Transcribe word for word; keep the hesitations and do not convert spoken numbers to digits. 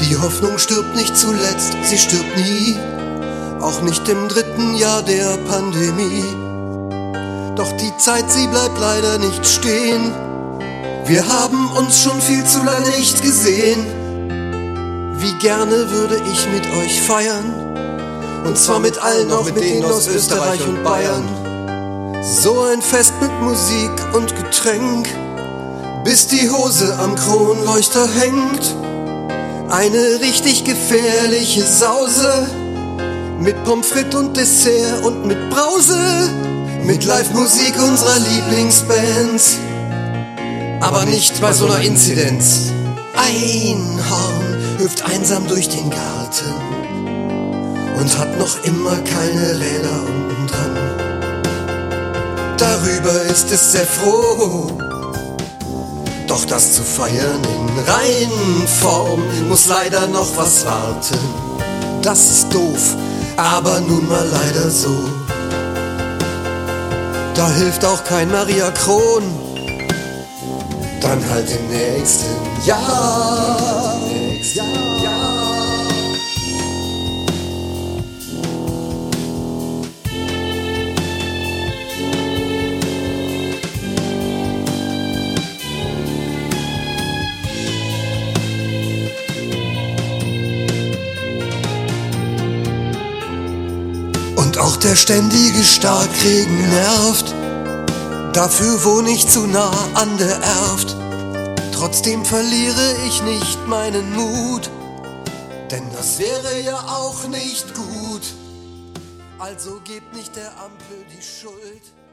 Die Hoffnung stirbt nicht zuletzt, sie stirbt nie, auch nicht im dritten Jahr der Pandemie. Doch die Zeit, sie bleibt leider nicht stehen. Wir haben uns schon viel zu lange nicht gesehen. Wie gerne würde ich mit euch feiern, und zwar mit allen, auch mit denen aus Österreich und Bayern. So ein Fest mit Musik und Getränk, bis die Hose am Kronleuchter hängt. Eine richtig gefährliche Sause, mit Pommes frites und Dessert und mit Brause, mit Live-Musik unserer Lieblingsbands, aber nicht bei so einer Inzidenz. Einhorn hüpft einsam durch den Garten und hat noch immer keine Räder unten dran. Darüber ist es sehr froh, doch das zu feiern in Reihenform muss leider noch was warten. Das ist doof, aber nun mal leider so. Da hilft auch kein Maria Kron, dann halt im nächsten Jahr. Nächsten Jahr. Und auch der ständige Starkregen nervt, dafür wohne ich zu nah an der Erft. Trotzdem verliere ich nicht meinen Mut, denn das wäre ja auch nicht gut. Also gebt nicht der Ampel die Schuld.